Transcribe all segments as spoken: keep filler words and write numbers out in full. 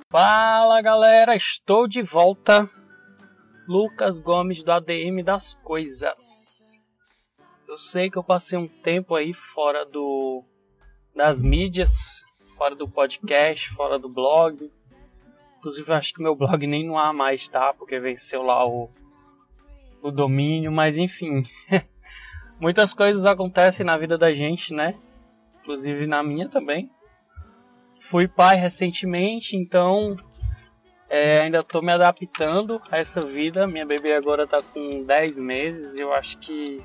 Fala galera, estou de volta. Lucas Gomes do A D M das Coisas. Eu sei que eu passei um tempo aí fora do das mídias, fora do podcast, fora do blog. Inclusive eu acho que meu blog nem no ar mais, tá? Porque venceu lá o, o domínio, mas enfim. Muitas coisas acontecem na vida da gente, né? Inclusive na minha também. Fui pai recentemente, então é, ainda estou me adaptando a essa vida. Minha bebê agora está com dez meses e eu acho que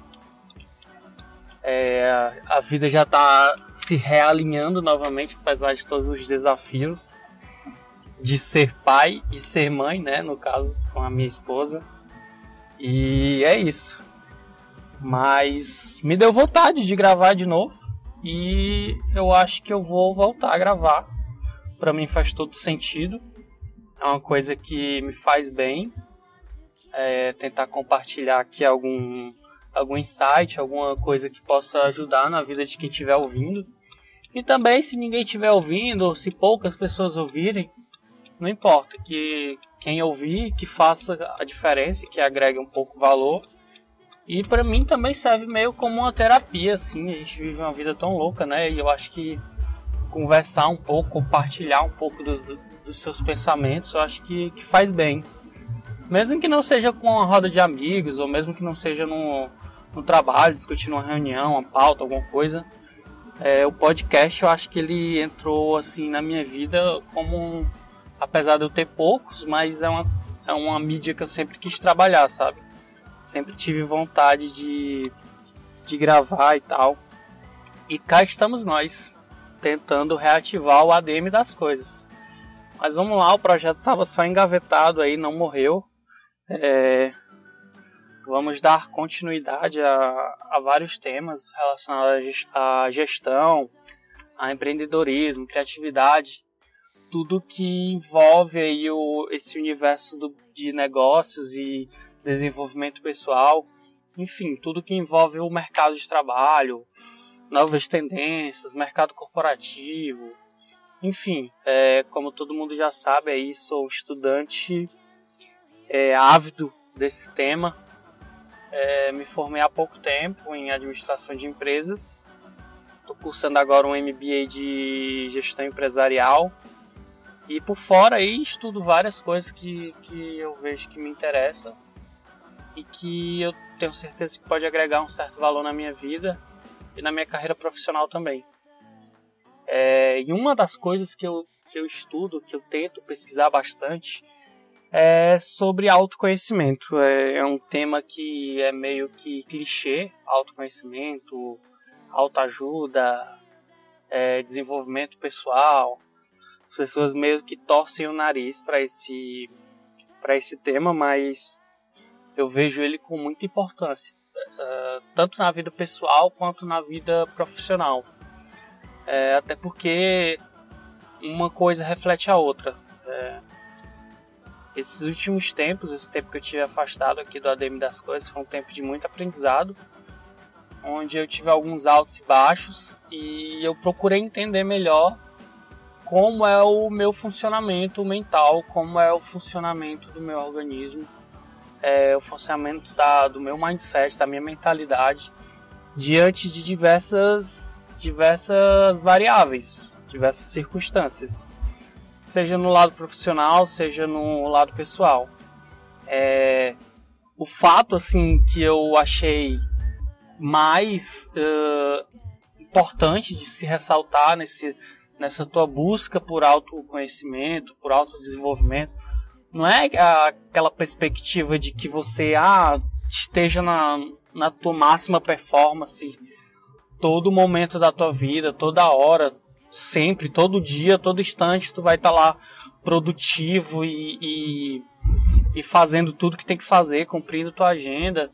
é, a vida já está se realinhando novamente, apesar de todos os desafios de ser pai e ser mãe, né? No caso, com a minha esposa. E é isso. Mas me deu vontade de gravar de novo e eu acho que eu vou voltar a gravar. Para mim faz todo sentido, é uma coisa que me faz bem, é, tentar compartilhar aqui algum, algum insight, alguma coisa que possa ajudar na vida de quem estiver ouvindo. E também se ninguém estiver ouvindo, ou se poucas pessoas ouvirem, não importa, que quem ouvir, que faça a diferença, que agregue um pouco valor. E para mim também serve meio como uma terapia, assim, a gente vive uma vida tão louca, né, e eu acho que conversar um pouco, compartilhar um pouco do, do, dos seus pensamentos, eu acho que, que faz bem. Mesmo que não seja com uma roda de amigos, ou mesmo que não seja no, no trabalho, discutindo uma reunião, uma pauta, alguma coisa. É, o podcast, eu acho que ele entrou assim na minha vida como, um, apesar de eu ter poucos, mas é uma, é uma mídia que eu sempre quis trabalhar, sabe? Sempre tive vontade de, de gravar e tal. E cá estamos nós, tentando reativar o A D M das coisas. Mas vamos lá, o projeto estava só engavetado aí, não morreu. É, vamos dar continuidade a, a vários temas relacionados à gestão, a empreendedorismo, criatividade, tudo que envolve aí o, esse universo do, de negócios e desenvolvimento pessoal, enfim, tudo que envolve o mercado de trabalho, novas tendências, mercado corporativo, enfim, é, como todo mundo já sabe, aí sou estudante é, ávido desse tema, é, me formei há pouco tempo em administração de empresas, estou cursando agora um M B A de gestão empresarial e por fora aí estudo várias coisas que, que eu vejo que me interessam e que eu tenho certeza que pode agregar um certo valor na minha vida e na minha carreira profissional também. É, e uma das coisas que eu, que eu estudo, que eu tento pesquisar bastante, é sobre autoconhecimento. É, é um tema que é meio que clichê, autoconhecimento, autoajuda, é, desenvolvimento pessoal. As pessoas meio que torcem o nariz para esse, para esse tema, mas eu vejo ele com muita importância. Uh, tanto na vida pessoal quanto na vida profissional, é, até porque uma coisa reflete a outra. É, esses últimos tempos, esse tempo que eu tive afastado aqui do A D M das Coisas, foi um tempo de muito aprendizado, onde eu tive alguns altos e baixos e eu procurei entender melhor como é o meu funcionamento mental, como é o funcionamento do meu organismo, É, o funcionamento da, do meu mindset, da minha mentalidade diante de diversas, diversas variáveis, diversas circunstâncias, seja no lado profissional, seja no lado pessoal. É, o fato assim que eu achei mais uh, importante de se ressaltar nesse, nessa tua busca por autoconhecimento, por autodesenvolvimento, não é aquela perspectiva de que você ah, esteja na, na tua máxima performance todo momento da tua vida, toda hora, sempre, todo dia, todo instante, tu vai estar lá produtivo e, e, e fazendo tudo que tem que fazer, cumprindo tua agenda.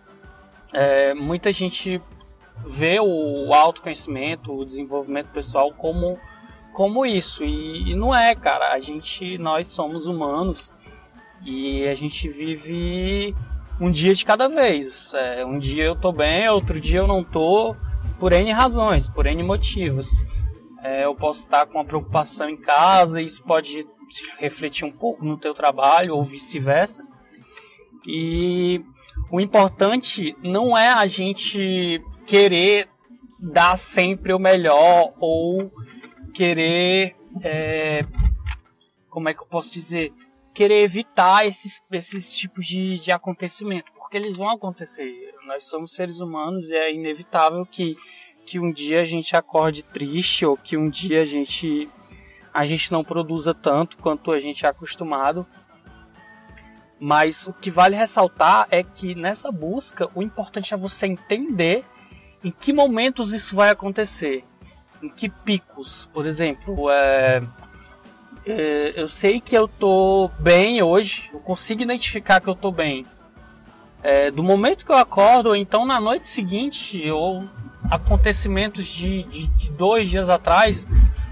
É, muita gente vê o autoconhecimento, o desenvolvimento pessoal como como isso, e, e não é, cara. A gente, nós somos humanos e a gente vive um dia de cada vez. É, um dia eu tô bem, outro dia eu não tô, por N razões, por N motivos. É, eu posso estar com uma preocupação em casa e isso pode refletir um pouco no teu trabalho ou vice-versa. E o importante não é a gente querer dar sempre o melhor ou querer, é, como é que eu posso dizer, querer evitar esses, esses tipos de, de acontecimento, porque eles vão acontecer. Nós somos seres humanos e é inevitável que, que um dia a gente acorde triste ou que um dia a gente, a gente não produza tanto quanto a gente é acostumado. Mas o que vale ressaltar é que nessa busca o importante é você entender em que momentos isso vai acontecer, em que picos. Por exemplo, é, é, eu sei que eu tô bem hoje, eu consigo identificar que eu tô bem é, do momento que eu acordo, ou então na noite seguinte, ou acontecimentos de, de, de dois dias atrás,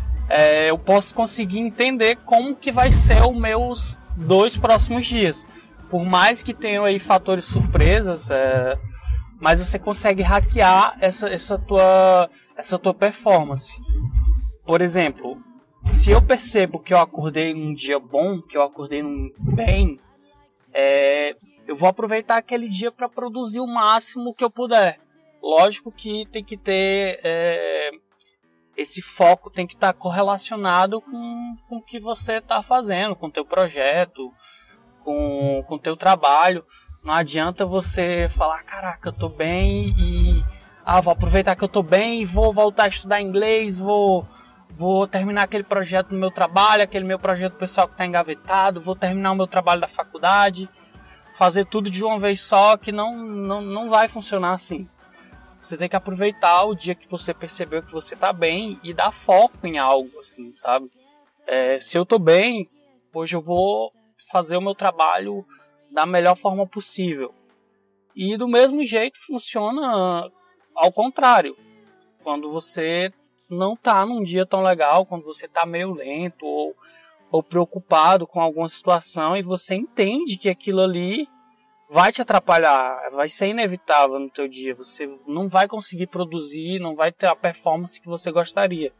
é, eu posso conseguir entender como que vai ser os meus dois próximos dias. Por mais que tenham aí fatores surpresas, é, mas você consegue hackear essa, essa, tua, essa tua performance. Por exemplo, se eu percebo que eu acordei num dia bom, que eu acordei num bem, é, eu vou aproveitar aquele dia para produzir o máximo que eu puder. Lógico que tem que ter... É, esse foco tem que estar correlacionado com, com o que você está fazendo, com o teu projeto, com o teu trabalho. Não adianta você falar, caraca, eu tô bem e ah, vou aproveitar que eu tô bem e vou voltar a estudar inglês, vou, vou terminar aquele projeto do meu trabalho, aquele meu projeto pessoal que está engavetado, vou terminar o meu trabalho da faculdade, fazer tudo de uma vez só, que não, não, não vai funcionar assim. Você tem que aproveitar o dia que você percebeu que você tá bem e dar foco em algo, assim, sabe? É, se eu tô bem, hoje eu vou fazer o meu trabalho da melhor forma possível. E do mesmo jeito funciona ao contrário. Quando você não tá num dia tão legal, quando você tá meio lento ou, ou preocupado com alguma situação e você entende que aquilo ali vai te atrapalhar, vai ser inevitável no teu dia. Você não vai conseguir produzir, não vai ter a performance que você gostaria.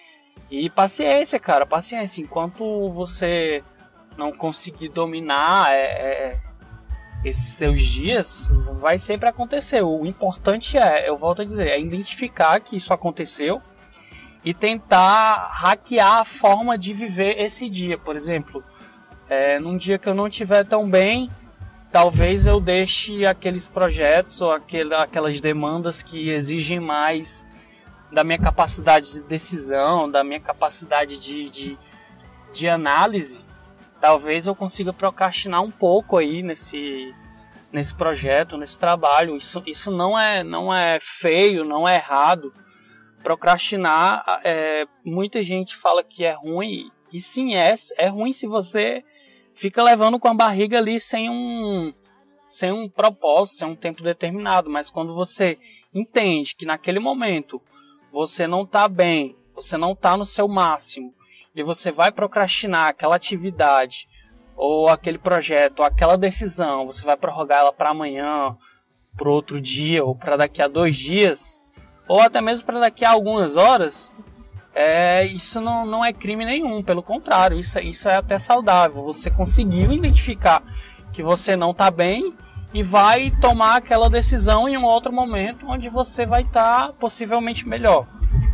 E paciência, cara, paciência. Enquanto você não conseguir dominar é, é, esses seus dias, vai sempre acontecer. O importante é, eu volto a dizer, é identificar que isso aconteceu e tentar hackear a forma de viver esse dia. Por exemplo, é, num dia que eu não estiver tão bem, talvez eu deixe aqueles projetos ou aquele, aquelas demandas que exigem mais da minha capacidade de decisão, da minha capacidade de, de, de análise. Talvez eu consiga procrastinar um pouco aí nesse, nesse projeto, nesse trabalho. Isso, isso não, é, não é feio, não é errado. Procrastinar, é, muita gente fala que é ruim, e sim, é, é ruim se você fica levando com a barriga ali sem um, sem um propósito, sem um tempo determinado. Mas quando você entende que naquele momento você não está bem, você não está no seu máximo, e você vai procrastinar aquela atividade, ou aquele projeto, ou aquela decisão, você vai prorrogar ela para amanhã, para outro dia, ou para daqui a dois dias, ou até mesmo para daqui a algumas horas, é, isso não, não é crime nenhum, pelo contrário, isso, isso é até saudável. Você conseguiu identificar que você não está bem e vai tomar aquela decisão em um outro momento onde você vai estar tá possivelmente melhor.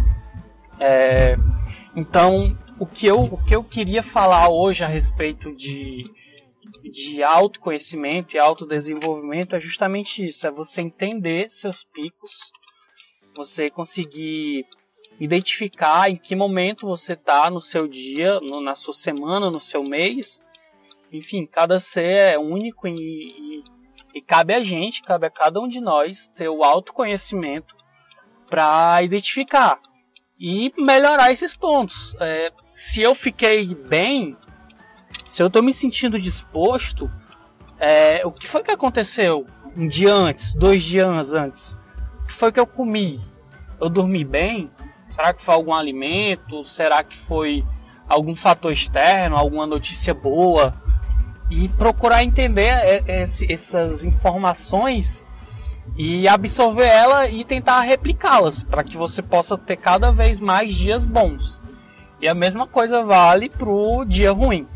É, então, o que, eu, o que eu queria falar hoje a respeito de, de autoconhecimento e autodesenvolvimento é justamente isso, é você entender seus picos, você conseguir identificar em que momento você está no seu dia, no, na sua semana, no seu mês. Enfim, cada ser é único e, e, e cabe a gente, cabe a cada um de nós ter o autoconhecimento para identificar e melhorar esses pontos. É, se eu fiquei bem, se eu estou me sentindo disposto, é, o que foi que aconteceu um dia antes, dois dias antes? O que foi que eu comi? Eu dormi bem? Será que foi algum alimento? Será que foi algum fator externo? Alguma notícia boa? E procurar entender essas informações e absorver ela e tentar replicá-las para que você possa ter cada vez mais dias bons. E a mesma coisa vale para o dia ruim.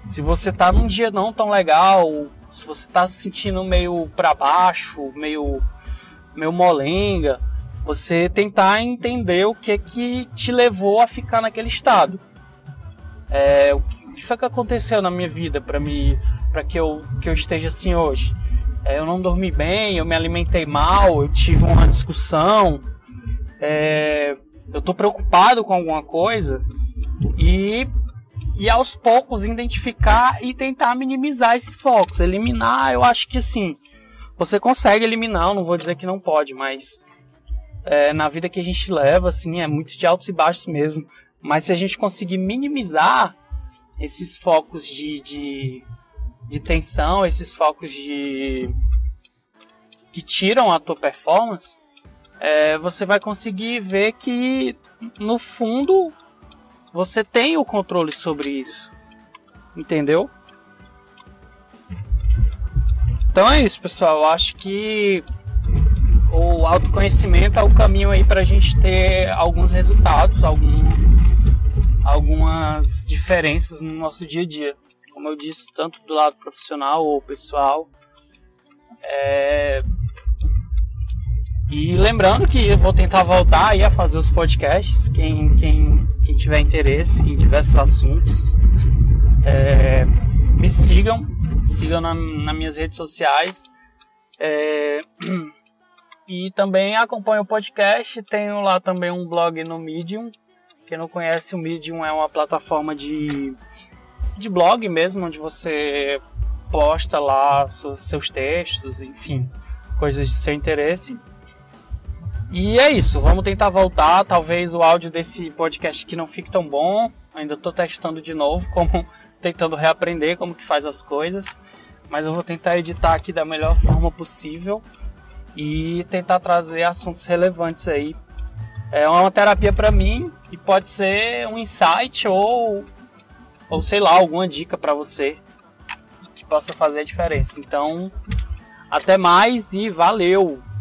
Se você tá num dia não tão legal, se você tá se sentindo meio pra baixo, meio, meio molenga, você tentar entender o que que te levou a ficar naquele estado. É, o que foi que aconteceu na minha vida para me, para que eu, que eu esteja assim hoje? É, eu não dormi bem, eu me alimentei mal, eu tive uma discussão, é, eu tô preocupado com alguma coisa e, e aos poucos identificar e tentar minimizar esses focos, eliminar. Eu acho que sim, você consegue eliminar, eu não vou dizer que não pode, mas é, na vida que a gente leva, assim, é muito de altos e baixos mesmo. Mas se a gente conseguir minimizar esses focos de, de, de tensão, esses focos de que tiram a tua performance, é, você vai conseguir ver que, no fundo, você tem o controle sobre isso. Entendeu? Então é isso, pessoal. Eu acho que o autoconhecimento é o caminho aí para a gente ter alguns resultados, algum, algumas diferenças no nosso dia a dia. Como eu disse, tanto do lado profissional ou pessoal. É... E lembrando que eu vou tentar voltar aí a fazer os podcasts. Quem, quem, quem tiver interesse em diversos assuntos, é... me sigam. Sigam na, nas minhas redes sociais. É... E também acompanho o podcast. Tenho lá também um blog no Medium. Quem não conhece, o Medium é uma plataforma de, de blog mesmo, onde você posta lá seus, seus textos, enfim, coisas de seu interesse. E é isso, vamos tentar voltar. Talvez o áudio desse podcast aqui não fique tão bom. Ainda estou testando de novo, como, tentando reaprender como que faz as coisas. Mas eu vou tentar editar aqui da melhor forma possível e tentar trazer assuntos relevantes aí. É uma terapia para mim e pode ser um insight ou, ou sei lá, alguma dica para você que possa fazer a diferença. Então, até mais e valeu!